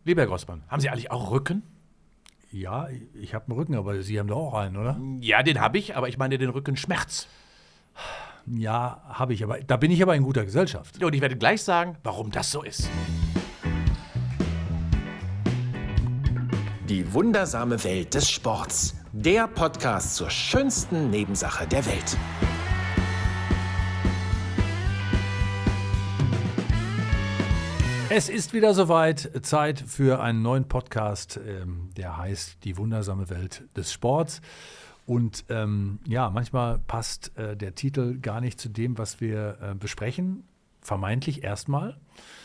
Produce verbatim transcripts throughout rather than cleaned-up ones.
Lieber Herr Grossmann, haben Sie eigentlich auch Rücken? Ja, ich habe einen Rücken, aber Sie haben doch auch einen, oder? Ja, den habe ich, aber ich meine den Rückenschmerz. Ja, habe ich, aber da bin ich aber in guter Gesellschaft. Und ich werde gleich sagen, warum das so ist. Die wundersame Welt des Sports. Der Podcast zur schönsten Nebensache der Welt. Es ist wieder soweit, Zeit für einen neuen Podcast, ähm, der heißt Die wundersame Welt des Sports. Und ähm, ja, manchmal passt äh, der Titel gar nicht zu dem, was wir äh, besprechen, vermeintlich erstmal,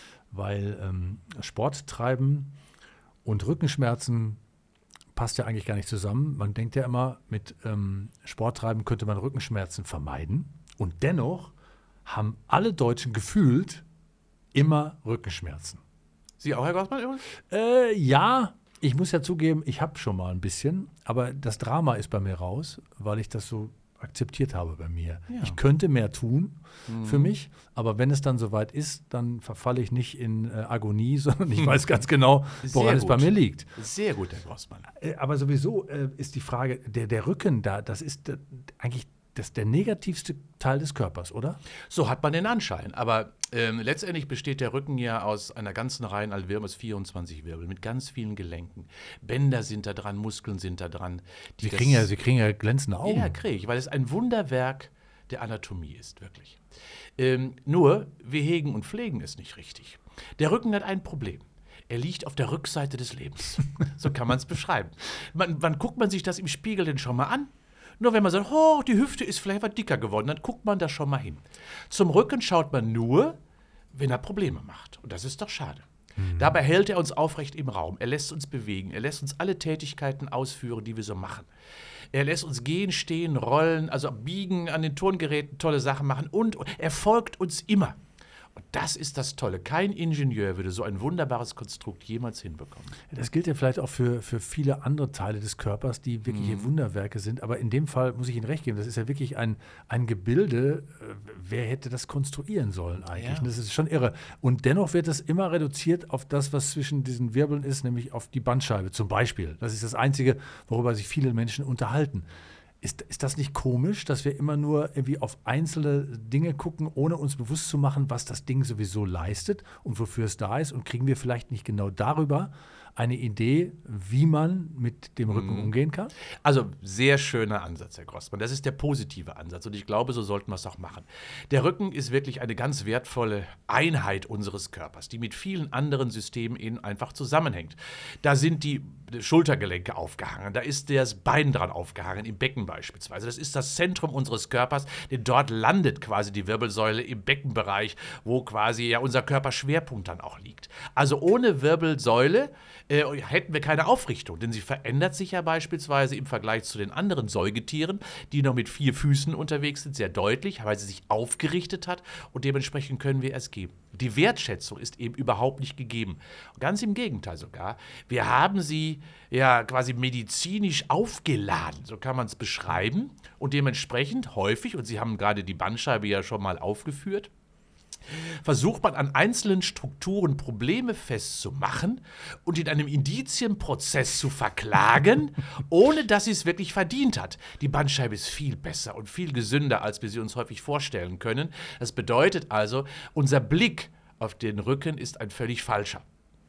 weil ähm, Sport treiben und Rückenschmerzen passt ja eigentlich gar nicht zusammen. Man denkt ja immer, mit ähm, Sport treiben könnte man Rückenschmerzen vermeiden. Und dennoch haben alle Deutschen gefühlt immer Rückenschmerzen. Sie auch, Herr Grossmann? Äh, ja, ich muss ja zugeben, ich habe schon mal ein bisschen, aber das Drama ist bei mir raus, weil ich das so akzeptiert habe bei mir. Ja. Ich könnte mehr tun mhm. für mich, aber wenn es dann soweit ist, dann verfalle ich nicht in äh, Agonie, sondern ich weiß ganz genau, woran es bei mir liegt. Sehr gut, Herr Grossmann. Äh, aber sowieso äh, ist die Frage, der, der Rücken da, das ist äh, eigentlich das ist der negativste Teil des Körpers, oder? So hat man den Anschein. Aber ähm, letztendlich besteht der Rücken ja aus einer ganzen Reihe an Wirbeln, aus vierundzwanzig Wirbeln, mit ganz vielen Gelenken. Bänder sind da dran, Muskeln sind da dran. Sie kriegen, ja, Sie kriegen ja glänzende Augen. Ja, kriege ich, weil es ein Wunderwerk der Anatomie ist, wirklich. Ähm, nur, wir hegen und pflegen es nicht richtig. Der Rücken hat ein Problem. Er liegt auf der Rückseite des Lebens. So kann man es beschreiben. Man, wann guckt man sich das im Spiegel denn schon mal an? Nur wenn man sagt, oh, die Hüfte ist vielleicht etwas dicker geworden, dann guckt man da schon mal hin. Zum Rücken schaut man nur, wenn er Probleme macht. Und das ist doch schade. Mhm. Dabei hält er uns aufrecht im Raum. Er lässt uns bewegen. Er lässt uns alle Tätigkeiten ausführen, die wir so machen. Er lässt uns gehen, stehen, rollen, also biegen an den Turngeräten, tolle Sachen machen. Und er folgt uns immer. Und das ist das Tolle. Kein Ingenieur würde so ein wunderbares Konstrukt jemals hinbekommen. Das gilt ja vielleicht auch für, für viele andere Teile des Körpers, die wirkliche mhm. Wunderwerke sind. Aber in dem Fall muss ich Ihnen recht geben, das ist ja wirklich ein, ein Gebilde. Wer hätte das konstruieren sollen eigentlich? Ja. Das ist schon irre. Und dennoch wird es immer reduziert auf das, was zwischen diesen Wirbeln ist, nämlich auf die Bandscheibe zum Beispiel. Das ist das Einzige, worüber sich viele Menschen unterhalten. Ist, ist das nicht komisch, dass wir immer nur irgendwie auf einzelne Dinge gucken, ohne uns bewusst zu machen, was das Ding sowieso leistet und wofür es da ist? Und kriegen wir vielleicht nicht genau darüber eine Idee, wie man mit dem Rücken mhm. umgehen kann? Also sehr schöner Ansatz, Herr Grossmann. Das ist der positive Ansatz und ich glaube, so sollten wir es auch machen. Der Rücken ist wirklich eine ganz wertvolle Einheit unseres Körpers, die mit vielen anderen Systemen eben einfach zusammenhängt. Da sind die Schultergelenke aufgehangen, da ist das Bein dran aufgehangen, im Becken beispielsweise. Das ist das Zentrum unseres Körpers, denn dort landet quasi die Wirbelsäule im Beckenbereich, wo quasi ja unser Körperschwerpunkt dann auch liegt. Also ohne Wirbelsäule äh, hätten wir keine Aufrichtung, denn sie verändert sich ja beispielsweise im Vergleich zu den anderen Säugetieren, die noch mit vier Füßen unterwegs sind, sehr deutlich, weil sie sich aufgerichtet hat und dementsprechend können wir es geben. Die Wertschätzung ist eben überhaupt nicht gegeben. Ganz im Gegenteil sogar. Wir haben sie ja quasi medizinisch aufgeladen, so kann man es beschreiben. Und dementsprechend häufig, und Sie haben gerade die Bandscheibe ja schon mal aufgeführt, versucht man an einzelnen Strukturen Probleme festzumachen und in einem Indizienprozess zu verklagen, ohne dass sie es wirklich verdient hat. Die Bandscheibe ist viel besser und viel gesünder, als wir sie uns häufig vorstellen können. Das bedeutet also, unser Blick auf den Rücken ist ein völlig falscher.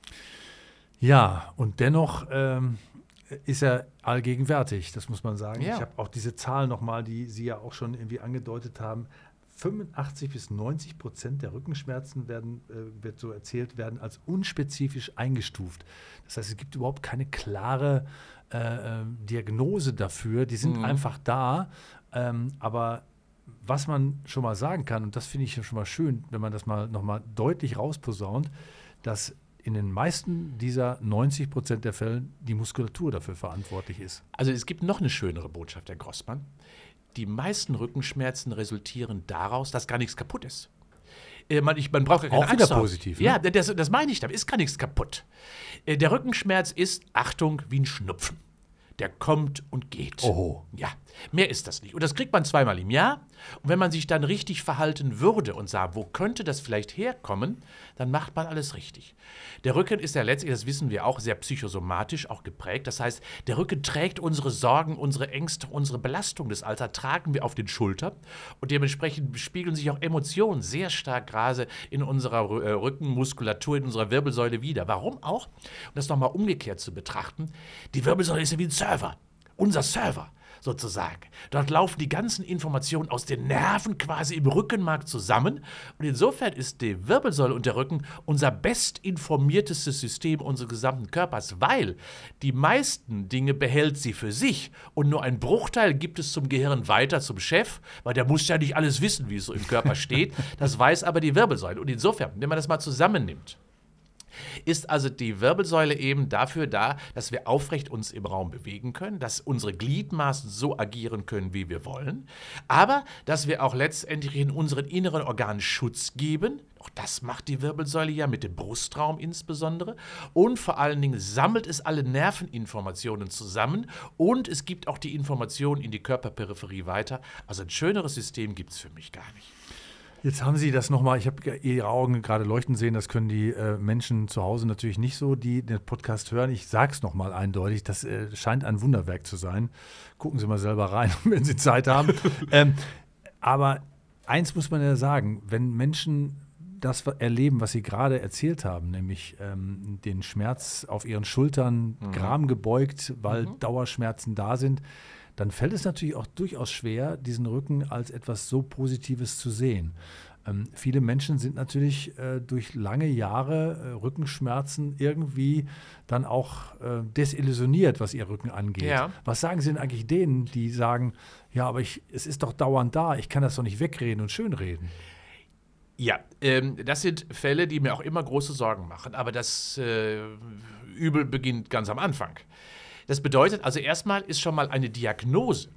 Ja, und dennoch ähm, ist er allgegenwärtig, das muss man sagen. Ja. Ich habe auch diese Zahl nochmal, die Sie ja auch schon irgendwie angedeutet haben. fünfundachtzig bis neunzig Prozent der Rückenschmerzen werden, äh, wird so erzählt, werden als unspezifisch eingestuft. Das heißt, es gibt überhaupt keine klare äh, Diagnose dafür. Die sind mhm. einfach da. Ähm, aber was man schon mal sagen kann, und das finde ich schon mal schön, wenn man das mal nochmal deutlich rausposaunt, dass in den meisten dieser neunzig Prozent der Fälle die Muskulatur dafür verantwortlich ist. Also es gibt noch eine schönere Botschaft, Herr Grossmann. Die meisten Rückenschmerzen resultieren daraus, dass gar nichts kaputt ist. Äh, man, ich, man braucht ja keine Auch wieder Angst positiv. Ne? Ja, das, das meine ich, da ist gar nichts kaputt. Äh, der Rückenschmerz ist, Achtung, wie ein Schnupfen. der kommt und geht. Oho. Ja, mehr ist das nicht. Und das kriegt man zweimal im Jahr. Und wenn man sich dann richtig verhalten würde und sagt, wo könnte das vielleicht herkommen, dann macht man alles richtig. Der Rücken ist ja letztlich, das wissen wir auch, sehr psychosomatisch auch geprägt. Das heißt, der Rücken trägt unsere Sorgen, unsere Ängste, unsere Belastung des Alters, tragen wir auf den Schultern. Und dementsprechend spiegeln sich auch Emotionen sehr stark gerade in unserer äh, Rückenmuskulatur, in unserer Wirbelsäule wieder. Warum auch? Um das nochmal umgekehrt zu betrachten, die Wirbelsäule ist ja wie ein Server, unser Server sozusagen. Dort laufen die ganzen Informationen aus den Nerven quasi im Rückenmark zusammen und insofern ist die Wirbelsäule und der Rücken unser bestinformiertestes System unseres gesamten Körpers, weil die meisten Dinge behält sie für sich und nur ein Bruchteil gibt es zum Gehirn weiter zum Chef, weil der muss ja nicht alles wissen, wie es so im Körper steht, das weiß aber die Wirbelsäule und insofern, wenn man das mal zusammennimmt, ist also die Wirbelsäule eben dafür da, dass wir aufrecht uns im Raum bewegen können, dass unsere Gliedmaßen so agieren können, wie wir wollen, aber dass wir auch letztendlich in unseren inneren Organen Schutz geben. Auch das macht die Wirbelsäule ja mit dem Brustraum insbesondere. Und vor allen Dingen sammelt es alle Nerveninformationen zusammen und es gibt auch die Informationen in die Körperperipherie weiter. Also ein schöneres System gibt es für mich gar nicht. Jetzt haben Sie das nochmal, ich habe Ihre Augen gerade leuchten sehen, das können die äh, Menschen zu Hause natürlich nicht so, die den Podcast hören. Ich sage es nochmal eindeutig, das äh, scheint ein Wunderwerk zu sein. Gucken Sie mal selber rein, wenn Sie Zeit haben. ähm, aber eins muss man ja sagen, wenn Menschen das erleben, was Sie gerade erzählt haben, nämlich ähm, den Schmerz auf ihren Schultern, mhm. Gram gebeugt, weil mhm. Dauerschmerzen da sind, dann fällt es natürlich auch durchaus schwer, diesen Rücken als etwas so Positives zu sehen. Ähm, viele Menschen sind natürlich äh, durch lange Jahre äh, Rückenschmerzen irgendwie dann auch äh, desillusioniert, was ihr Rücken angeht. Ja. Was sagen Sie denn eigentlich denen, die sagen, ja, aber ich, es ist doch dauernd da, ich kann das doch nicht wegreden und schönreden? Ja, ähm, das sind Fälle, die mir auch immer große Sorgen machen, aber das äh, Übel beginnt ganz am Anfang. Das bedeutet also erstmal ist schon mal eine Diagnose.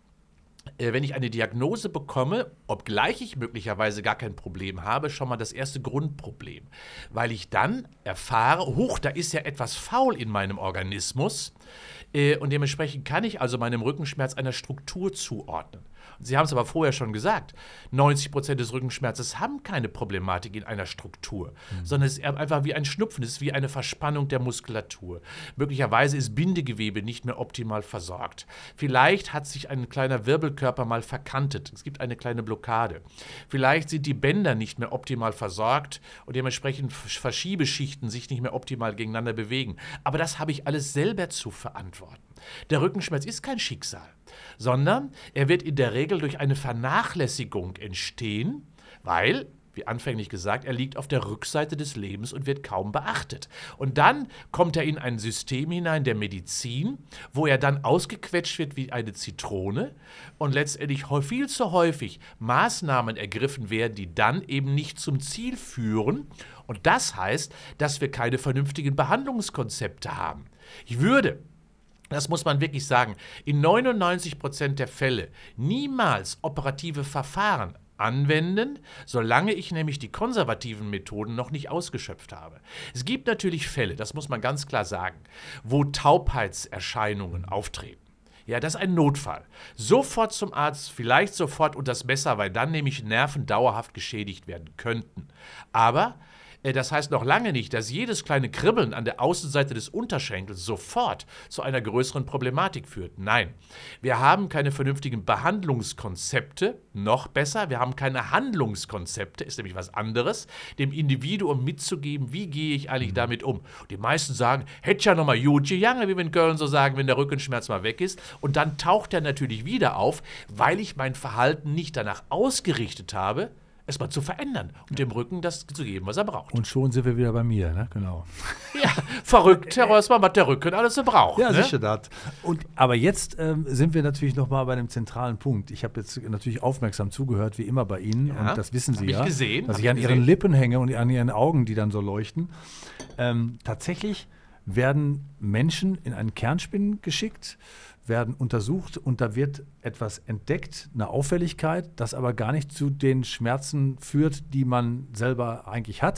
Äh, wenn ich eine Diagnose bekomme, obgleich ich möglicherweise gar kein Problem habe, schon mal das erste Grundproblem. Weil ich dann erfahre, huch, da ist ja etwas faul in meinem Organismus äh, und dementsprechend kann ich also meinem Rückenschmerz einer Struktur zuordnen. Sie haben es aber vorher schon gesagt, neunzig Prozent des Rückenschmerzes haben keine Problematik in einer Struktur, mhm. sondern es ist einfach wie ein Schnupfen, es ist wie eine Verspannung der Muskulatur. Möglicherweise ist Bindegewebe nicht mehr optimal versorgt. Vielleicht hat sich ein kleiner Wirbelkörper mal verkantet, es gibt eine kleine Blockade. Vielleicht sind die Bänder nicht mehr optimal versorgt und dementsprechend Verschiebeschichten sich nicht mehr optimal gegeneinander bewegen. Aber das habe ich alles selber zu verantworten. Der Rückenschmerz ist kein Schicksal, sondern er wird in der Regel durch eine Vernachlässigung entstehen, weil, wie anfänglich gesagt, er liegt auf der Rückseite des Lebens und wird kaum beachtet. Und dann kommt er in ein System hinein der Medizin, wo er dann ausgequetscht wird wie eine Zitrone und letztendlich viel zu häufig Maßnahmen ergriffen werden, die dann eben nicht zum Ziel führen. Und das heißt, dass wir keine vernünftigen Behandlungskonzepte haben. Ich würde Das muss man wirklich sagen, in neunundneunzig Prozent der Fälle niemals operative Verfahren anwenden, solange ich nämlich die konservativen Methoden noch nicht ausgeschöpft habe. Es gibt natürlich Fälle, das muss man ganz klar sagen, wo Taubheitserscheinungen auftreten. Ja, das ist ein Notfall. Sofort zum Arzt, vielleicht sofort unter das Messer, weil dann nämlich Nerven dauerhaft geschädigt werden könnten. Aber das heißt noch lange nicht, dass jedes kleine Kribbeln an der Außenseite des Unterschenkels sofort zu einer größeren Problematik führt. Nein, wir haben keine vernünftigen Behandlungskonzepte, noch besser, wir haben keine Handlungskonzepte, ist nämlich was anderes, dem Individuum mitzugeben, wie gehe ich eigentlich mhm. damit um. Die meisten sagen, hätte ja noch mal gut gegangen, wie wir in Köln so sagen, wenn der Rückenschmerz mal weg ist. Und dann taucht er natürlich wieder auf, weil ich mein Verhalten nicht danach ausgerichtet habe, es mal zu verändern und dem Rücken das zu geben, was er braucht. Und schon sind wir wieder bei mir, ne? Genau. Ja, verrückt, Herr Rossmann, was der Rücken alles so braucht. Ja, ne? sicher das. Und, aber jetzt ähm, sind wir natürlich noch mal bei einem zentralen Punkt. Ich habe jetzt natürlich aufmerksam zugehört, wie immer bei Ihnen. Ja, und das wissen Sie ja. Hab ich gesehen. Dass ich an Ihren Lippen hänge und an Ihren Augen, die dann so leuchten. Ähm, tatsächlich werden Menschen in einen Kernspinnen geschickt, werden untersucht und da wird etwas entdeckt, eine Auffälligkeit, das aber gar nicht zu den Schmerzen führt, die man selber eigentlich hat.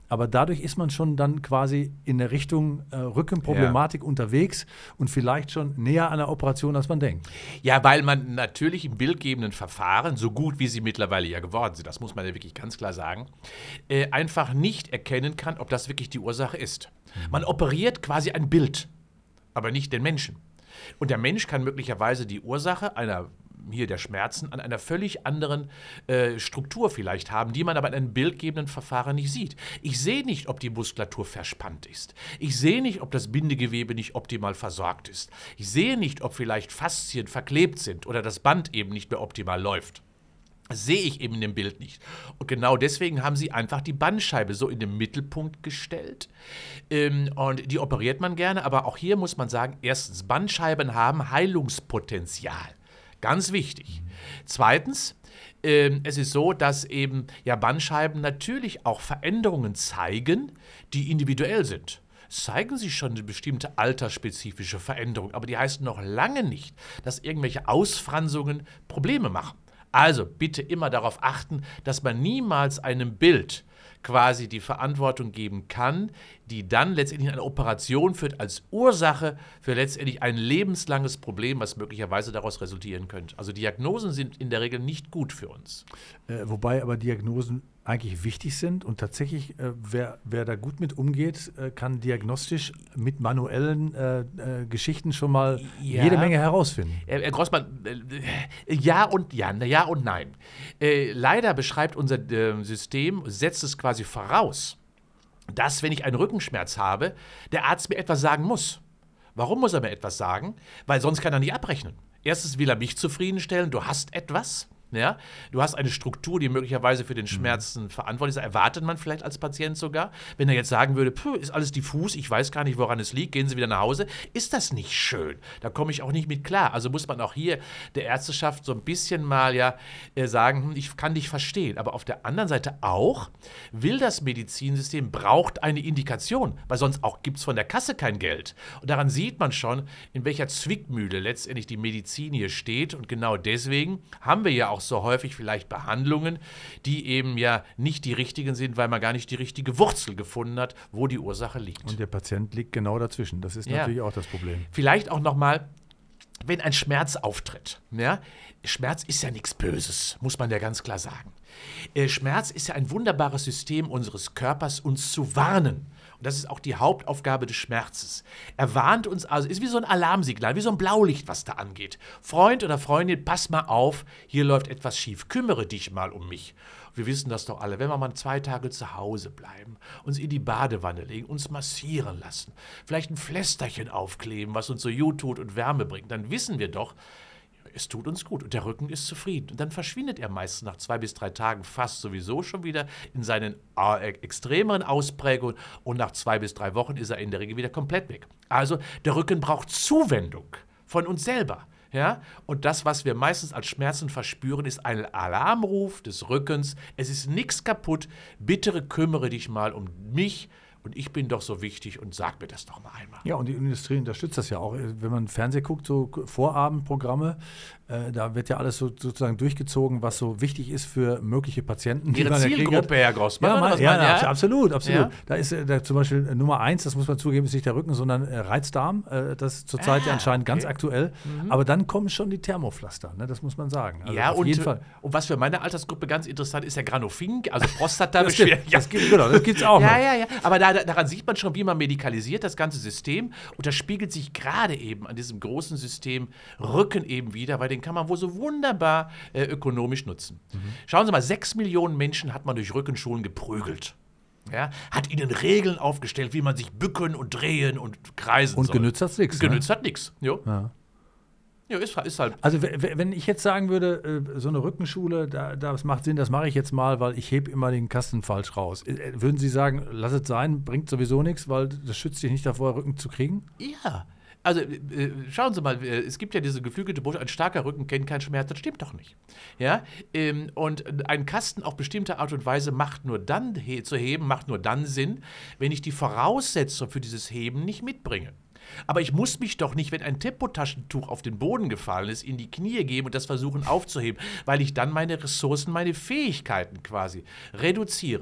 aber dadurch ist man schon dann quasi in der Richtung äh, Rückenproblematik ja. unterwegs und vielleicht schon näher an der Operation, als man denkt. Ja, weil man natürlich im bildgebenden Verfahren, so gut wie sie mittlerweile ja geworden sind, das muss man ja wirklich ganz klar sagen, äh, einfach nicht erkennen kann, ob das wirklich die Ursache ist. Mhm. Man operiert quasi ein Bild, aber nicht den Menschen. Und der Mensch kann möglicherweise die Ursache einer hier der Schmerzen an einer völlig anderen äh, Struktur vielleicht haben, die man aber in einem bildgebenden Verfahren nicht sieht. Ich sehe nicht, ob die Muskulatur verspannt ist. Ich sehe nicht, ob das Bindegewebe nicht optimal versorgt ist. Ich sehe nicht, ob vielleicht Faszien verklebt sind oder das Band eben nicht mehr optimal läuft. Das sehe ich eben in dem Bild nicht. Und genau deswegen haben sie einfach die Bandscheibe so in den Mittelpunkt gestellt. Ähm, und die operiert man gerne, aber auch hier muss man sagen, erstens, Bandscheiben haben Heilungspotenzial. Ganz wichtig. Zweitens, äh, es ist so, dass eben ja, Bandscheiben natürlich auch Veränderungen zeigen, die individuell sind. Zeigen sie schon eine bestimmte altersspezifische Veränderung, aber die heißen noch lange nicht, dass irgendwelche Ausfranzungen Probleme machen. Also bitte immer darauf achten, dass man niemals einem Bild quasi die Verantwortung geben kann, die dann letztendlich in eine Operation führt als Ursache für letztendlich ein lebenslanges Problem, was möglicherweise daraus resultieren könnte. Also Diagnosen sind in der Regel nicht gut für uns. Äh, wobei aber Diagnosen eigentlich wichtig sind und tatsächlich, äh, wer, wer da gut mit umgeht, äh, kann diagnostisch mit manuellen äh, äh, Geschichten schon mal ja. jede Menge herausfinden. Herr, Herr Grossmann, äh, ja und ja, ja und nein. Äh, leider beschreibt unser äh, System, setzt es quasi voraus, dass, wenn ich einen Rückenschmerz habe, der Arzt mir etwas sagen muss. Warum muss er mir etwas sagen? Weil sonst kann er nicht abrechnen. Erstens will er mich zufriedenstellen, du hast etwas. Ja, du hast eine Struktur, die möglicherweise für den Schmerzen mhm. verantwortlich ist. Erwartet man vielleicht als Patient sogar. Wenn er jetzt sagen würde, puh, ist alles diffus, ich weiß gar nicht, woran es liegt, gehen Sie wieder nach Hause. Ist das nicht schön? Da komme ich auch nicht mit klar. Also muss man auch hier der Ärzteschaft so ein bisschen mal ja äh, sagen, hm, ich kann dich verstehen. Aber auf der anderen Seite auch, will das Medizinsystem, braucht eine Indikation, weil sonst auch gibt es von der Kasse kein Geld. Und daran sieht man schon, in welcher Zwickmühle letztendlich die Medizin hier steht. Und genau deswegen haben wir ja auch so häufig vielleicht Behandlungen, die eben ja nicht die richtigen sind, weil man gar nicht die richtige Wurzel gefunden hat, wo die Ursache liegt. Und der Patient liegt genau dazwischen. Das ist ja natürlich auch das Problem. Vielleicht auch nochmal, wenn ein Schmerz auftritt. Ja? Schmerz ist ja nichts Böses, muss man ja ganz klar sagen. Äh, Schmerz ist ja ein wunderbares System unseres Körpers, uns zu warnen. Und das ist auch die Hauptaufgabe des Schmerzes. Er warnt uns also, ist wie so ein Alarmsignal, wie so ein Blaulicht, was da angeht. Freund oder Freundin, pass mal auf, hier läuft etwas schief, kümmere dich mal um mich. Wir wissen das doch alle, wenn wir mal zwei Tage zu Hause bleiben, uns in die Badewanne legen, uns massieren lassen, vielleicht ein Pflästerchen aufkleben, was uns so gut tut und Wärme bringt, dann wissen wir doch, es tut uns gut und der Rücken ist zufrieden. Und dann verschwindet er meistens nach zwei bis drei Tagen fast sowieso schon wieder in seinen äh, extremeren Ausprägungen und nach zwei bis drei Wochen ist er in der Regel wieder komplett weg. Also der Rücken braucht Zuwendung von uns selber. Ja? Und das, was wir meistens als Schmerzen verspüren, ist ein Alarmruf des Rückens. Es ist nichts kaputt. Bitte kümmere dich mal um mich. Und ich bin doch so wichtig und sag mir das doch mal einmal. Ja, und die Industrie unterstützt das ja auch. Wenn man Fernsehen guckt, so Vorabendprogramme, äh, da wird ja alles so, sozusagen durchgezogen, was so wichtig ist für mögliche Patienten. Ihre Zielgruppe, Herr Grossmann. Ja, man, ja, man, ja, absolut, absolut. Ja. Da ist äh, da zum Beispiel Nummer eins, das muss man zugeben, ist nicht der Rücken, sondern äh, Reizdarm. Äh, das ist zurzeit ah, ja anscheinend okay. ganz aktuell. Mhm. Aber dann kommen schon die Thermopflaster, ne? Das muss man sagen. Also ja, auf und, jeden Fall. Und was für meine Altersgruppe ganz interessant ist, der Granophin, also Prostata. das gibt es ja. genau, das gibt's auch ja, noch. Ja, ja, aber da, daran sieht man schon, wie man medikalisiert das ganze System. Und das spiegelt sich gerade eben an diesem großen System Rücken eben wieder, weil den kann man wohl so wunderbar äh, ökonomisch nutzen. Mhm. Schauen Sie mal, sechs Millionen Menschen hat man durch Rückenschulen geprügelt. Ja, hat ihnen Regeln aufgestellt, wie man sich bücken und drehen und kreisen und soll. Und genützt hat nichts. Genützt ne? hat nichts. Jo. Ja. Ja, ist, ist halt. Also wenn ich jetzt sagen würde, so eine Rückenschule, da, das macht Sinn, das mache ich jetzt mal, weil ich hebe immer den Kasten falsch raus. Würden Sie sagen, lass es sein, bringt sowieso nichts, weil das schützt dich nicht davor, Rücken zu kriegen? Ja. Also äh, schauen Sie mal, äh, es gibt ja diese geflügelte Botschaft, ein starker Rücken kennt keinen Schmerz, das stimmt doch nicht. Ja? Ähm, und ein Kasten auf bestimmte Art und Weise macht nur dann, he- zu heben, macht nur dann Sinn, wenn ich die Voraussetzung für dieses Heben nicht mitbringe. Aber ich muss mich doch nicht, wenn ein Tempotaschentuch auf den Boden gefallen ist, in die Knie geben und das versuchen aufzuheben, weil ich dann meine Ressourcen, meine Fähigkeiten quasi reduziere.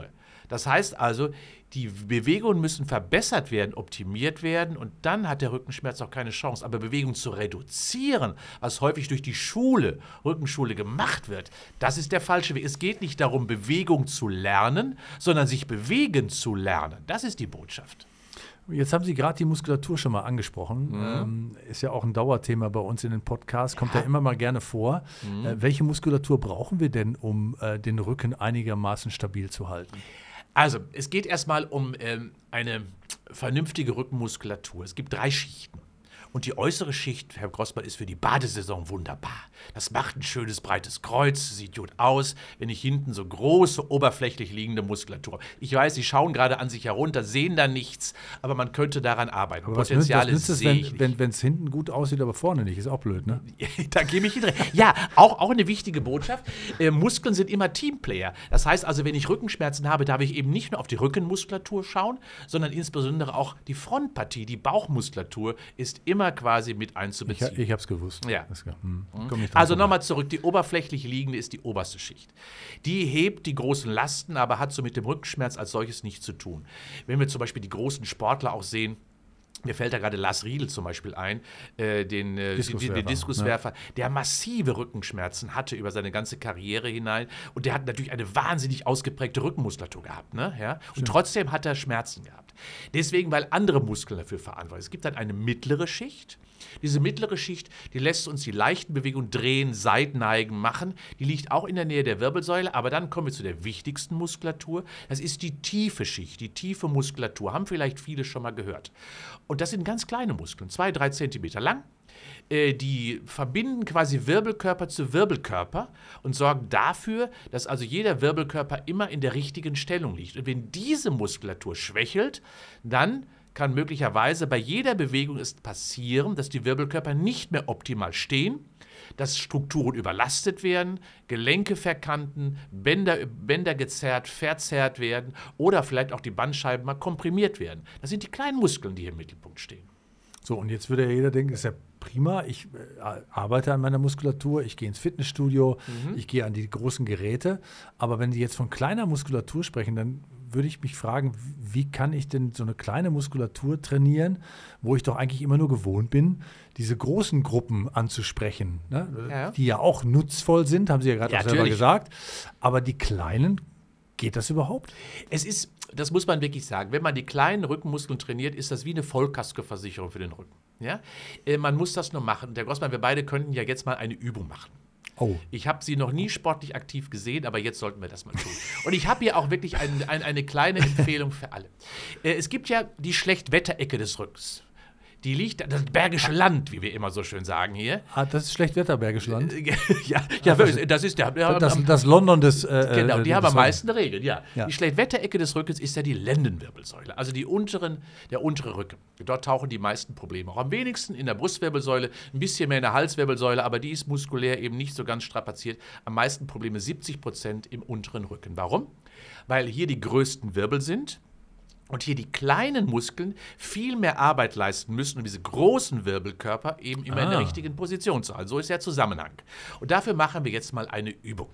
Das heißt also, die Bewegungen müssen verbessert werden, optimiert werden und dann hat der Rückenschmerz auch keine Chance. Aber Bewegung zu reduzieren, was häufig durch die Schule, Rückenschule gemacht wird, das ist der falsche Weg. Es geht nicht darum, Bewegung zu lernen, sondern sich bewegen zu lernen. Das ist die Botschaft. Jetzt haben Sie gerade die Muskulatur schon mal angesprochen. Mhm. Ähm, ist ja auch ein Dauerthema bei uns in den Podcasts, kommt ja, ja immer mal gerne vor. Mhm. Äh, welche Muskulatur brauchen wir denn, um äh, den Rücken einigermaßen stabil zu halten? Also, es geht erstmal um ähm, eine vernünftige Rückenmuskulatur. Es gibt drei Schichten. Und die äußere Schicht, Herr Grossmann, ist für die Badesaison wunderbar. Das macht ein schönes, breites Kreuz, sieht gut aus, wenn ich hinten so große, oberflächlich liegende Muskulatur habe. Ich weiß, Sie schauen gerade an sich herunter, sehen da nichts, aber man könnte daran arbeiten. Aber Potenziale was nützt es, sehe ich nicht. wenn es hinten gut aussieht, aber vorne nicht? Ist auch blöd, ne? Da gebe ich Ihnen recht. Ja, auch, auch eine wichtige Botschaft. Äh, Muskeln sind immer Teamplayer. Das heißt also, wenn ich Rückenschmerzen habe, darf ich eben nicht nur auf die Rückenmuskulatur schauen, sondern insbesondere auch die Frontpartie, die Bauchmuskulatur ist immer quasi mit einzubeziehen. Ich, ich habe es gewusst. Ja. Das, hm. Also nochmal zurück, die oberflächlich liegende ist die oberste Schicht. Die hebt die großen Lasten, aber hat so mit dem Rückenschmerz als solches nichts zu tun. Wenn wir zum Beispiel die großen Sportler auch sehen, mir fällt da gerade Lars Riedel zum Beispiel ein, äh, den, äh, Diskuswerfer, den, den Diskuswerfer, ne? der massive Rückenschmerzen hatte über seine ganze Karriere hinein. Und der hat natürlich eine wahnsinnig ausgeprägte Rückenmuskulatur gehabt. Ne? Ja? Und trotzdem hat er Schmerzen gehabt. Deswegen, weil andere Muskeln dafür verantwortlich sind. Es gibt dann eine mittlere Schicht. Diese mittlere Schicht, die lässt uns die leichten Bewegungen drehen, Seitneigen machen. Die liegt auch in der Nähe der Wirbelsäule. Aber dann kommen wir zu der wichtigsten Muskulatur. Das ist die tiefe Schicht, die tiefe Muskulatur. Haben vielleicht viele schon mal gehört. Und das sind ganz kleine Muskeln, zwei, drei Zentimeter lang. Äh, die verbinden quasi Wirbelkörper zu Wirbelkörper und sorgen dafür, dass also jeder Wirbelkörper immer in der richtigen Stellung liegt. Und wenn diese Muskulatur schwächelt, dann kann möglicherweise bei jeder Bewegung es passieren, dass die Wirbelkörper nicht mehr optimal stehen, dass Strukturen überlastet werden, Gelenke verkanten, Bänder, Bänder gezerrt, verzerrt werden oder vielleicht auch die Bandscheiben mal komprimiert werden. Das sind die kleinen Muskeln, die hier im Mittelpunkt stehen. So, und jetzt würde ja jeder denken, ist ja prima, ich äh, arbeite an meiner Muskulatur, ich gehe ins Fitnessstudio, mhm. ich gehe an die großen Geräte. Aber wenn Sie jetzt von kleiner Muskulatur sprechen, dann würde ich mich fragen, wie kann ich denn so eine kleine Muskulatur trainieren, wo ich doch eigentlich immer nur gewohnt bin, diese großen Gruppen anzusprechen, ne? Ja. Die ja auch nutzvoll sind, haben Sie ja gerade ja, auch selber natürlich gesagt. Aber die kleinen, geht das überhaupt? Es ist, das muss man wirklich sagen, wenn man die kleinen Rückenmuskeln trainiert, ist das wie eine Vollkaskoversicherung für den Rücken. Ja? Äh, man muss das nur machen. Der Grossmann, wir beide könnten ja jetzt mal eine Übung machen. Oh. Ich habe Sie noch nie sportlich aktiv gesehen, aber jetzt sollten wir das mal tun. Und ich habe hier auch wirklich ein, ein, eine kleine Empfehlung für alle. Äh, es gibt ja die Schlechtwetterecke des Rückens. Die liegt, das Bergische Land, wie wir immer so schön sagen hier. Ah, das ist Schlechtwetter, Bergische Land? ja, ja das, das ist der. Das, das London des. Äh, genau, die äh, haben am meisten Regeln, ja. ja. Die Schlechtwetterecke des Rückens ist ja die Lendenwirbelsäule, also die unteren, der untere Rücken. Dort tauchen die meisten Probleme. Auch am wenigsten in der Brustwirbelsäule, ein bisschen mehr in der Halswirbelsäule, aber die ist muskulär eben nicht so ganz strapaziert. Am meisten Probleme, siebzig Prozent im unteren Rücken. Warum? Weil hier die größten Wirbel sind. Und hier die kleinen Muskeln viel mehr Arbeit leisten müssen, um diese großen Wirbelkörper eben immer ah. in der richtigen Position zu halten. So ist der Zusammenhang. Und dafür machen wir jetzt mal eine Übung.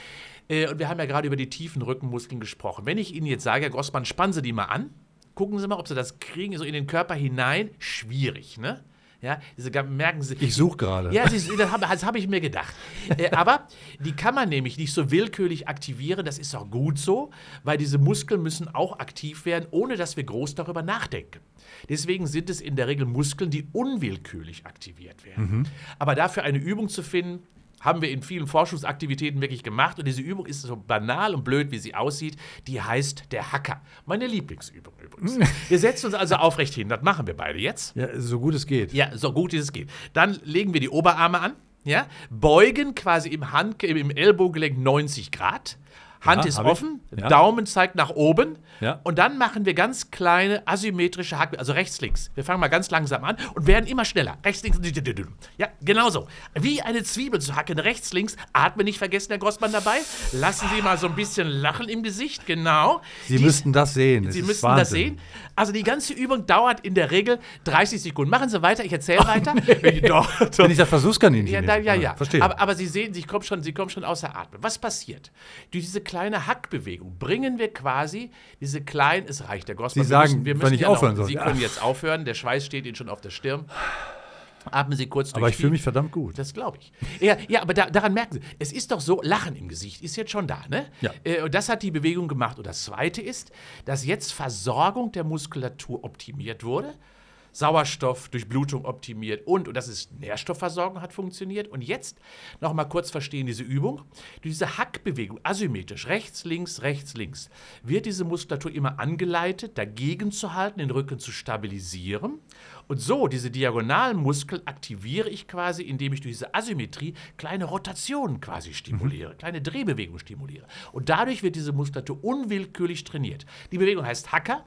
Äh, und wir haben ja gerade über die tiefen Rückenmuskeln gesprochen. Wenn ich Ihnen jetzt sage, Herr Grossmann, spannen Sie die mal an, gucken Sie mal, ob Sie das kriegen, so in den Körper hinein. Schwierig, ne? Ja, diese, merken Sie, ich suche gerade. Ja, das, das habe hab ich mir gedacht. äh, aber die kann man nämlich nicht so willkürlich aktivieren. Das ist auch gut so, weil diese Muskeln müssen auch aktiv werden, ohne dass wir groß darüber nachdenken. Deswegen sind es in der Regel Muskeln, die unwillkürlich aktiviert werden. Mhm. Aber dafür eine Übung zu finden, haben wir in vielen Forschungsaktivitäten wirklich gemacht. Und diese Übung ist so banal und blöd, wie sie aussieht. Die heißt der Hacker. Meine Lieblingsübung übrigens. Wir setzen uns also aufrecht hin. Das machen wir beide jetzt. Ja, so gut es geht. Ja, so gut es geht. Dann legen wir die Oberarme an. Ja, beugen quasi im, Hand, im Ellbogengelenk neunzig Grad. Hand ja, ist offen, ja. Daumen zeigt nach oben ja. Und dann machen wir ganz kleine asymmetrische Hack, also rechts, links. Wir fangen mal ganz langsam an und werden immer schneller. Rechts, links. Ja, genau so. Wie eine Zwiebel zu hacken, rechts, links. Atmen nicht vergessen, Herr Grossmann, dabei. Lassen Sie mal so ein bisschen Lachen im Gesicht, genau. Sie Dies, müssten das sehen. Sie müssten Wahnsinn. das sehen. Also die ganze Übung dauert in der Regel dreißig Sekunden. Machen Sie weiter, ich erzähle weiter. Nee. Doch, doch. Bin ich das Versuchskaninchen? Ja, da, ja, ja. Verstehe. Aber, aber Sie sehen, Sie kommen, schon, Sie kommen schon außer Atem. Was passiert? Durch diese kleine Hackbewegung bringen wir quasi diese kleinen, es reicht, der Grossmann. Sie sagen, wir müssen, wir müssen wenn ich ja aufhören noch, soll. Sie Ja. können jetzt aufhören, der Schweiß steht Ihnen schon auf der Stirn. Atmen Sie kurz durch. Aber ich fühle mich verdammt gut. Das glaube ich. Ja, ja aber da, daran merken Sie, es ist doch so, Lachen im Gesicht ist jetzt schon da, ne? Ja. Äh, und das hat die Bewegung gemacht. Und das Zweite ist, dass jetzt Versorgung der Muskulatur optimiert wurde. Sauerstoff, Durchblutung optimiert und, und das ist Nährstoffversorgung hat funktioniert. Und jetzt noch mal kurz verstehen diese Übung. Durch diese Hackbewegung, asymmetrisch, rechts, links, rechts, links, wird diese Muskulatur immer angeleitet, dagegen zu halten, den Rücken zu stabilisieren. Und so, diese diagonalen Muskeln aktiviere ich quasi, indem ich durch diese Asymmetrie kleine Rotationen quasi stimuliere, mhm. kleine Drehbewegungen stimuliere. Und dadurch wird diese Muskulatur unwillkürlich trainiert. Die Bewegung heißt Hacker.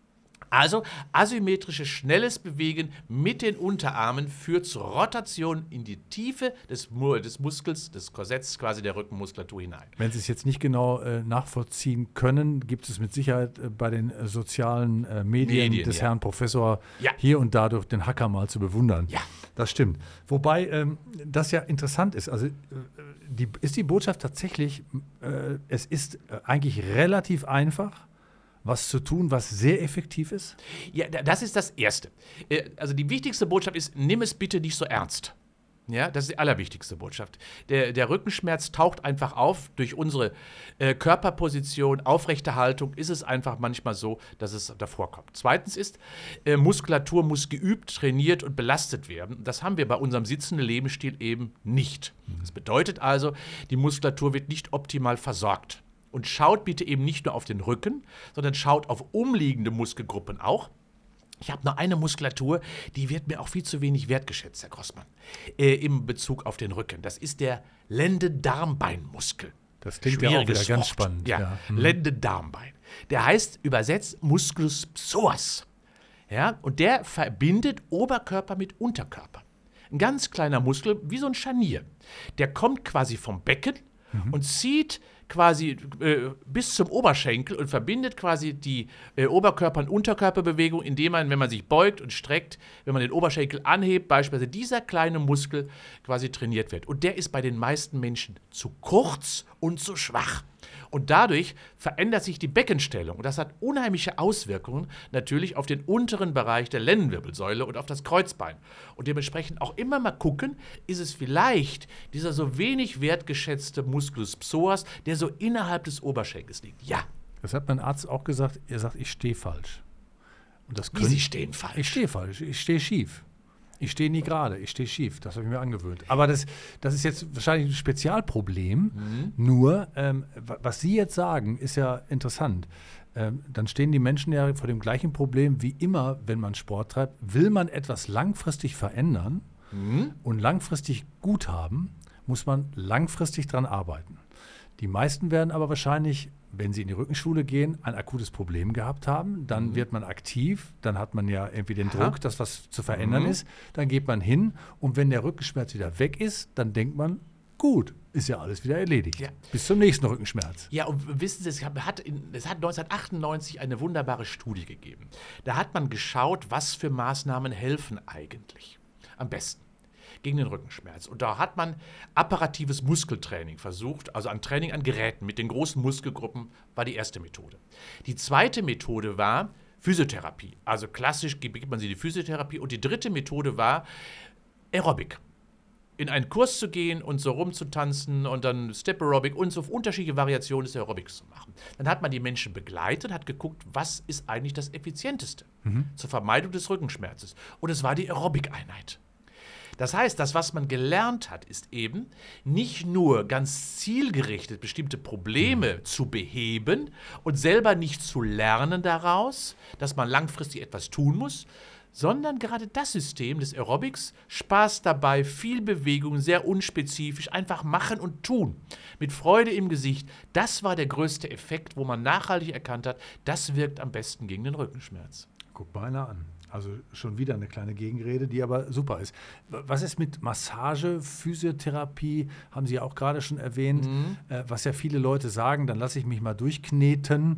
Also asymmetrisches, schnelles Bewegen mit den Unterarmen führt zur Rotation in die Tiefe des, des Muskels, des Korsetts, quasi der Rückenmuskulatur hinein. Wenn Sie es jetzt nicht genau äh, nachvollziehen können, gibt es mit Sicherheit äh, bei den äh, sozialen äh, Medien, Medien des ja. Herrn Professor ja. hier und da durch den Hacker mal zu bewundern. Ja. Das stimmt. Wobei ähm, das ja interessant ist. Also äh, die, ist die Botschaft tatsächlich, äh, es ist äh, eigentlich relativ einfach, was zu tun, was sehr effektiv ist? Ja, das ist das Erste. Also die wichtigste Botschaft ist, nimm es bitte nicht so ernst. Ja, das ist die allerwichtigste Botschaft. Der, der Rückenschmerz taucht einfach auf. Durch unsere äh, Körperposition, aufrechte Haltung ist es einfach manchmal so, dass es davor kommt. Zweitens ist, äh, Muskulatur muss geübt, trainiert und belastet werden. Das haben wir bei unserem sitzenden Lebensstil eben nicht. Das bedeutet also, die Muskulatur wird nicht optimal versorgt. Und schaut bitte eben nicht nur auf den Rücken, sondern schaut auf umliegende Muskelgruppen auch. Ich habe noch eine Muskulatur, die wird mir auch viel zu wenig wertgeschätzt, Herr Grossmann, äh, im Bezug auf den Rücken. Das ist der Lende-Darmbein-Muskel. Das klingt ja auch wieder ganz Wort. spannend. Ja, ja. Mhm. Lende-Darmbein. Der heißt übersetzt Musculus psoas. Ja, und der verbindet Oberkörper mit Unterkörper. Ein ganz kleiner Muskel, wie so ein Scharnier. Der kommt quasi vom Becken mhm. und zieht quasi äh, bis zum Oberschenkel und verbindet quasi die äh, Oberkörper- und Unterkörperbewegung, indem man, wenn man sich beugt und streckt, wenn man den Oberschenkel anhebt, beispielsweise dieser kleine Muskel quasi trainiert wird. Und der ist bei den meisten Menschen zu kurz und zu schwach. Und dadurch verändert sich die Beckenstellung. Und das hat unheimliche Auswirkungen natürlich auf den unteren Bereich der Lendenwirbelsäule und auf das Kreuzbein. Und dementsprechend auch immer mal gucken, ist es vielleicht dieser so wenig wertgeschätzte Musculus psoas, der so innerhalb des Oberschenkels liegt. Ja. Das hat mein Arzt auch gesagt. Er sagt, ich stehe falsch. Und das Wie Sie stehen falsch? Ich stehe falsch. Ich stehe schief. Ich stehe nie gerade, ich stehe schief. Das habe ich mir angewöhnt. Aber das, das ist jetzt wahrscheinlich ein Spezialproblem. Mhm. Nur, ähm, was Sie jetzt sagen, ist ja interessant. Ähm, dann stehen die Menschen ja vor dem gleichen Problem wie immer, wenn man Sport treibt. Will man etwas langfristig verändern mhm. und langfristig gut haben, muss man langfristig dran arbeiten. Die meisten werden aber wahrscheinlich, wenn sie in die Rückenschule gehen, ein akutes Problem gehabt haben. Dann mhm. wird man aktiv, dann hat man ja irgendwie den Druck, dass was zu verändern mhm. ist. Dann geht man hin und wenn der Rückenschmerz wieder weg ist, dann denkt man, gut, ist ja alles wieder erledigt. Ja. Bis zum nächsten Rückenschmerz. Ja, und wissen Sie, es hat, in, es hat neunzehnhundertachtundneunzig eine wunderbare Studie gegeben. Da hat man geschaut, was für Maßnahmen helfen eigentlich am besten gegen den Rückenschmerz. Und da hat man apparatives Muskeltraining versucht, also ein Training an Geräten mit den großen Muskelgruppen, war die erste Methode. Die zweite Methode war Physiotherapie. Also klassisch gibt man sie die Physiotherapie. Und die dritte Methode war Aerobic. In einen Kurs zu gehen und so rumzutanzen und dann Step Aerobic und so unterschiedliche Variationen des Aerobics zu machen. Dann hat man die Menschen begleitet, hat geguckt, was ist eigentlich das Effizienteste mhm. zur Vermeidung des Rückenschmerzes. Und es war die Aerobic-Einheit. Das heißt, das, was man gelernt hat, ist eben nicht nur ganz zielgerichtet bestimmte Probleme mhm. zu beheben und selber nicht zu lernen daraus, dass man langfristig etwas tun muss, sondern gerade das System des Aerobics, Spaß dabei, viel Bewegung, sehr unspezifisch, einfach machen und tun. Mit Freude im Gesicht, das war der größte Effekt, wo man nachhaltig erkannt hat, das wirkt am besten gegen den Rückenschmerz. Guck mal einer an. Also schon wieder eine kleine Gegenrede, die aber super ist. Was ist mit Massage, Physiotherapie, haben Sie ja auch gerade schon erwähnt, mhm. äh, was ja viele Leute sagen, dann lasse ich mich mal durchkneten.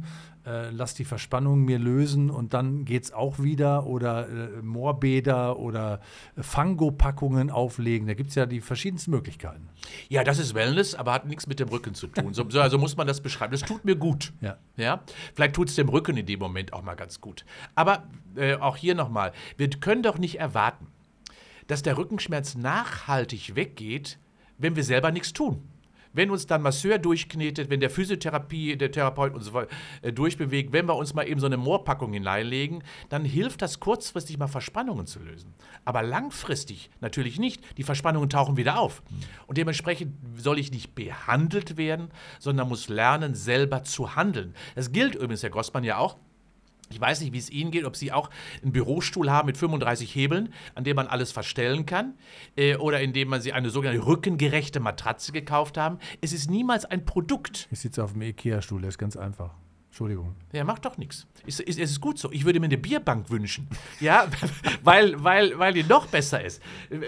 äh, lass die Verspannung mir lösen und dann geht's auch wieder oder äh, Moorbäder oder äh, Fangopackungen auflegen. Da gibt es ja die verschiedensten Möglichkeiten. Ja, das ist Wellness, aber hat nichts mit dem Rücken zu tun. So, so, also muss man das beschreiben. Das tut mir gut. Ja. Ja? Vielleicht tut es dem Rücken in dem Moment auch mal ganz gut. Aber äh, auch hier nochmal, wir können doch nicht erwarten, dass der Rückenschmerz nachhaltig weggeht, wenn wir selber nichts tun. Wenn uns dann Masseur durchknetet, wenn der Physiotherapie, der Therapeut uns äh, durchbewegt, wenn wir uns mal eben so eine Moorpackung hineinlegen, dann hilft das kurzfristig mal Verspannungen zu lösen. Aber langfristig natürlich nicht. Die Verspannungen tauchen wieder auf. Und dementsprechend soll ich nicht behandelt werden, sondern muss lernen, selber zu handeln. Das gilt übrigens, Herr Grossmann, ja auch. Ich weiß nicht, wie es Ihnen geht, ob Sie auch einen Bürostuhl haben mit fünfunddreißig Hebeln, an dem man alles verstellen kann, äh, oder indem man Sie eine sogenannte rückengerechte Matratze gekauft haben. Es ist niemals ein Produkt. Ich sitze auf dem Ikea-Stuhl, der ist ganz einfach. Entschuldigung. Ja, macht doch nichts. Es ist, ist gut so. Ich würde mir eine Bierbank wünschen. Ja, weil, weil, weil die noch besser ist.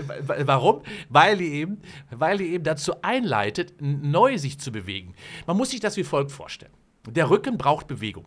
Warum? Weil die eben, weil die eben dazu einleitet, neu sich zu bewegen. Man muss sich das wie folgt vorstellen. Der Rücken braucht Bewegung.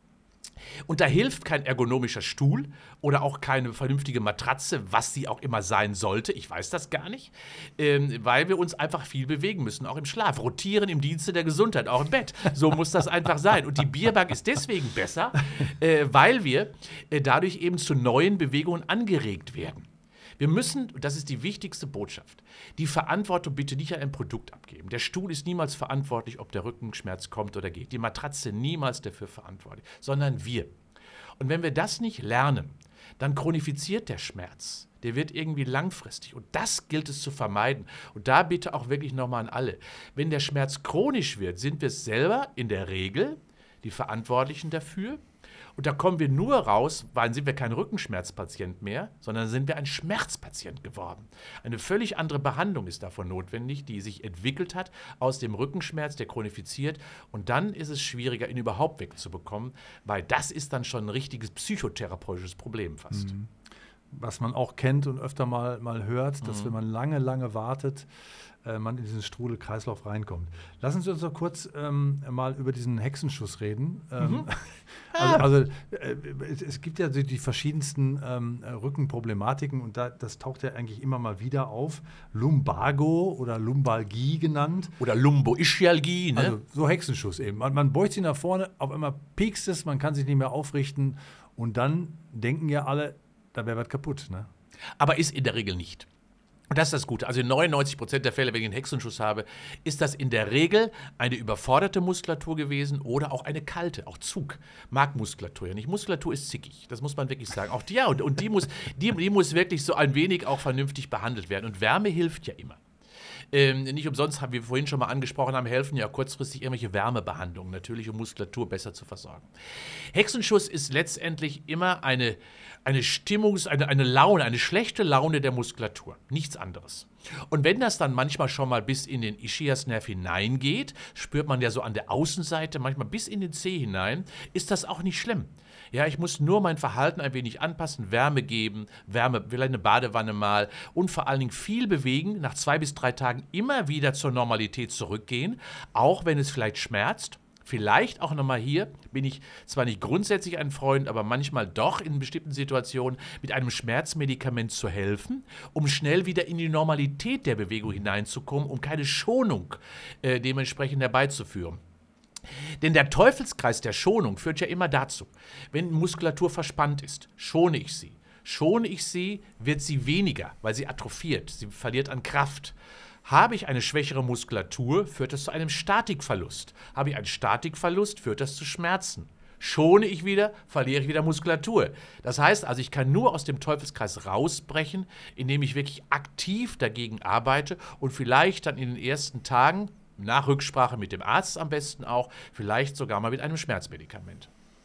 Und da hilft kein ergonomischer Stuhl oder auch keine vernünftige Matratze, was sie auch immer sein sollte. Ich weiß das gar nicht, ähm, weil wir uns einfach viel bewegen müssen, auch im Schlaf. Rotieren im Dienste der Gesundheit, auch im Bett. So muss das einfach sein. Und die Bierbank ist deswegen besser, äh, weil wir äh, dadurch eben zu neuen Bewegungen angeregt werden. Wir müssen, und das ist die wichtigste Botschaft, die Verantwortung bitte nicht an ein Produkt abgeben. Der Stuhl ist niemals verantwortlich, ob der Rückenschmerz kommt oder geht. Die Matratze niemals dafür verantwortlich, sondern wir. Und wenn wir das nicht lernen, dann chronifiziert der Schmerz. Der wird irgendwie langfristig. Und das gilt es zu vermeiden. Und da bitte auch wirklich nochmal an alle. Wenn der Schmerz chronisch wird, sind wir selber in der Regel die Verantwortlichen dafür. Und da kommen wir nur raus, weil sind wir kein Rückenschmerzpatient mehr, sondern sind wir ein Schmerzpatient geworden. Eine völlig andere Behandlung ist davon notwendig, die sich entwickelt hat aus dem Rückenschmerz, der chronifiziert. Und dann ist es schwieriger, ihn überhaupt wegzubekommen, weil das ist dann schon ein richtiges psychotherapeutisches Problem fast. Mhm. Was man auch kennt und öfter mal, mal hört, dass mhm. wenn man lange, lange wartet, äh, man in diesen Strudelkreislauf reinkommt. Lassen Sie uns noch kurz ähm, mal über diesen Hexenschuss reden. Ähm, Mhm. also also äh, es, es gibt ja die, die verschiedensten ähm, Rückenproblematiken und da, das taucht ja eigentlich immer mal wieder auf. Lumbago oder Lumbalgie genannt. Oder Lumboischialgie, ne? Also so Hexenschuss eben. Man, man beugt sich nach vorne, auf einmal piekst es, man kann sich nicht mehr aufrichten und dann denken ja alle, da wäre was kaputt, ne? Aber ist in der Regel nicht. Und das ist das Gute. Also in neunundneunzig Prozent der Fälle, wenn ich einen Hexenschuss habe, ist das in der Regel eine überforderte Muskulatur gewesen oder auch eine kalte, auch Zug. Markmuskulatur ja nicht. Muskulatur ist zickig, das muss man wirklich sagen. Auch die, ja, und, und die, muss, die, die muss wirklich so ein wenig auch vernünftig behandelt werden. Und Wärme hilft ja immer. Ähm, nicht umsonst, haben wir vorhin schon mal angesprochen haben, helfen ja kurzfristig irgendwelche Wärmebehandlungen, natürlich um Muskulatur besser zu versorgen. Hexenschuss ist letztendlich immer eine, eine Stimmungs-, eine, eine Laune, eine schlechte Laune der Muskulatur, nichts anderes. Und wenn das dann manchmal schon mal bis in den Ischiasnerv hineingeht, spürt man ja so an der Außenseite, manchmal bis in den Zeh hinein, ist das auch nicht schlimm. Ja, ich muss nur mein Verhalten ein wenig anpassen, Wärme geben, Wärme, vielleicht eine Badewanne mal und vor allen Dingen viel bewegen, nach zwei bis drei Tagen immer wieder zur Normalität zurückgehen, auch wenn es vielleicht schmerzt. Vielleicht auch nochmal hier, bin ich zwar nicht grundsätzlich ein Freund, aber manchmal doch in bestimmten Situationen mit einem Schmerzmedikament zu helfen, um schnell wieder in die Normalität der Bewegung hineinzukommen, um keine Schonung äh, dementsprechend herbeizuführen. Denn der Teufelskreis der Schonung führt ja immer dazu, wenn Muskulatur verspannt ist, schone ich sie. Schone ich sie, wird sie weniger, weil sie atrophiert, sie verliert an Kraft. Habe ich eine schwächere Muskulatur, führt das zu einem Statikverlust. Habe ich einen Statikverlust, führt das zu Schmerzen. Schone ich wieder, verliere ich wieder Muskulatur. Das heißt also, ich kann nur aus dem Teufelskreis rausbrechen, indem ich wirklich aktiv dagegen arbeite und vielleicht dann in den ersten Tagen, nach Rücksprache mit dem Arzt am besten auch, vielleicht sogar mal mit einem Schmerzmedikament.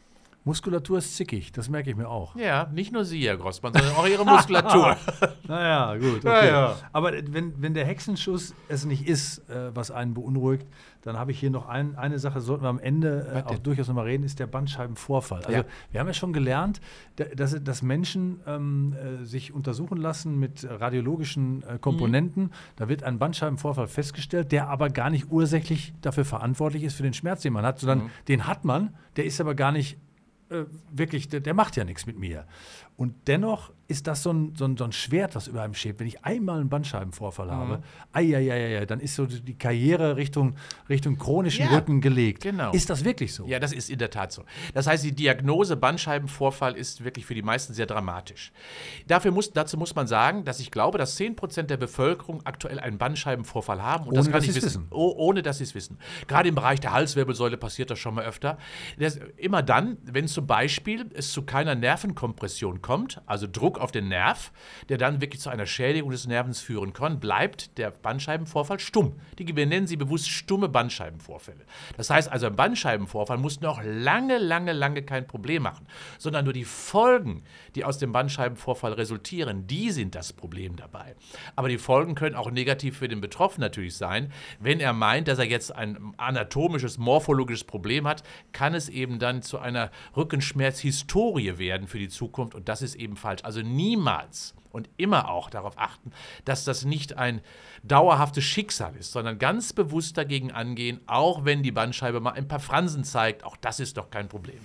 Muskulatur ist zickig, das merke ich mir auch. Ja, nicht nur Sie, Herr Grossmann, sondern auch Ihre Muskulatur. Naja, gut, okay. Ja, ja. Aber wenn, wenn der Hexenschuss es nicht ist, äh, was einen beunruhigt, dann habe ich hier noch ein, eine Sache, sollten wir am Ende äh, auch durchaus nochmal reden, ist der Bandscheibenvorfall. Also ja. wir haben ja schon gelernt, dass, dass Menschen ähm, äh, sich untersuchen lassen mit radiologischen äh, Komponenten. Mhm. Da wird ein Bandscheibenvorfall festgestellt, der aber gar nicht ursächlich dafür verantwortlich ist für den Schmerz, den man hat, sondern mhm. den hat man, der ist aber gar nicht äh, wirklich, der, der macht ja nichts mit mir. Und dennoch ist das so ein, so ein, so ein Schwert, was über einem schwebt. Wenn ich einmal einen Bandscheibenvorfall mhm. habe, ai, ai, ai, ai, dann ist so die Karriere Richtung, Richtung chronischen ja, Rücken gelegt. Genau. Ist das wirklich so? Ja, das ist in der Tat so. Das heißt, die Diagnose Bandscheibenvorfall ist wirklich für die meisten sehr dramatisch. Dafür muss, dazu muss man sagen, dass ich glaube, dass zehn Prozent der Bevölkerung aktuell einen Bandscheibenvorfall haben. Und ohne, das kann dass ich wissen. wissen. Oh, ohne, dass sie es wissen. Gerade im Bereich der Halswirbelsäule passiert das schon mal öfter. Das, immer dann, wenn zum Beispiel es zu keiner Nervenkompression kommt, also Druck auf den Nerv, der dann wirklich zu einer Schädigung des Nervens führen kann, bleibt der Bandscheibenvorfall stumm. Die, wir nennen sie bewusst stumme Bandscheibenvorfälle. Das heißt also, ein Bandscheibenvorfall muss noch lange, lange, lange kein Problem machen, sondern nur die Folgen, die aus dem Bandscheibenvorfall resultieren, die sind das Problem dabei. Aber die Folgen können auch negativ für den Betroffenen natürlich sein. Wenn er meint, dass er jetzt ein anatomisches, morphologisches Problem hat, kann es eben dann zu einer Rückenschmerzhistorie werden für die Zukunft und das ist eben falsch. Also niemals und immer auch darauf achten, dass das nicht ein dauerhaftes Schicksal ist, sondern ganz bewusst dagegen angehen, auch wenn die Bandscheibe mal ein paar Fransen zeigt, auch das ist doch kein Problem.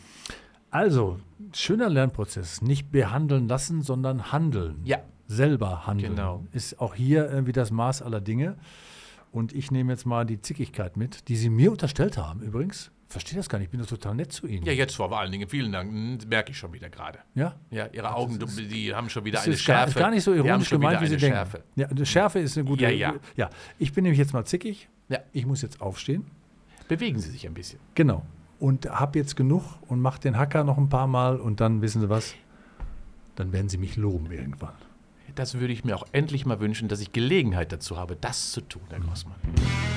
Also, schöner Lernprozess, nicht behandeln lassen, sondern handeln. Ja. Selber handeln. Genau. Ist auch hier irgendwie das Maß aller Dinge. Und ich nehme jetzt mal die Zickigkeit mit, die Sie mir unterstellt haben übrigens. Verstehe das gar nicht, ich bin doch total nett zu Ihnen. Ja, jetzt vor allen Dingen, vielen Dank, merke ich schon wieder gerade. Ja? Ja, Ihre Augen, ist, die haben schon wieder eine ist Schärfe. Gar, ist gar nicht so ironisch gemeint, wie Sie denken. Schärfe. Ja, eine Schärfe ist eine gute... Ja, ja. ja, ich bin nämlich jetzt mal zickig. Ja. Ich muss jetzt aufstehen. Bewegen Sie sich ein bisschen. Genau. Und habe jetzt genug und mache den Hacker noch ein paar Mal und dann, wissen Sie was, dann werden Sie mich loben irgendwann. Das würde ich mir auch endlich mal wünschen, dass ich Gelegenheit dazu habe, das zu tun, Herr Grossmann.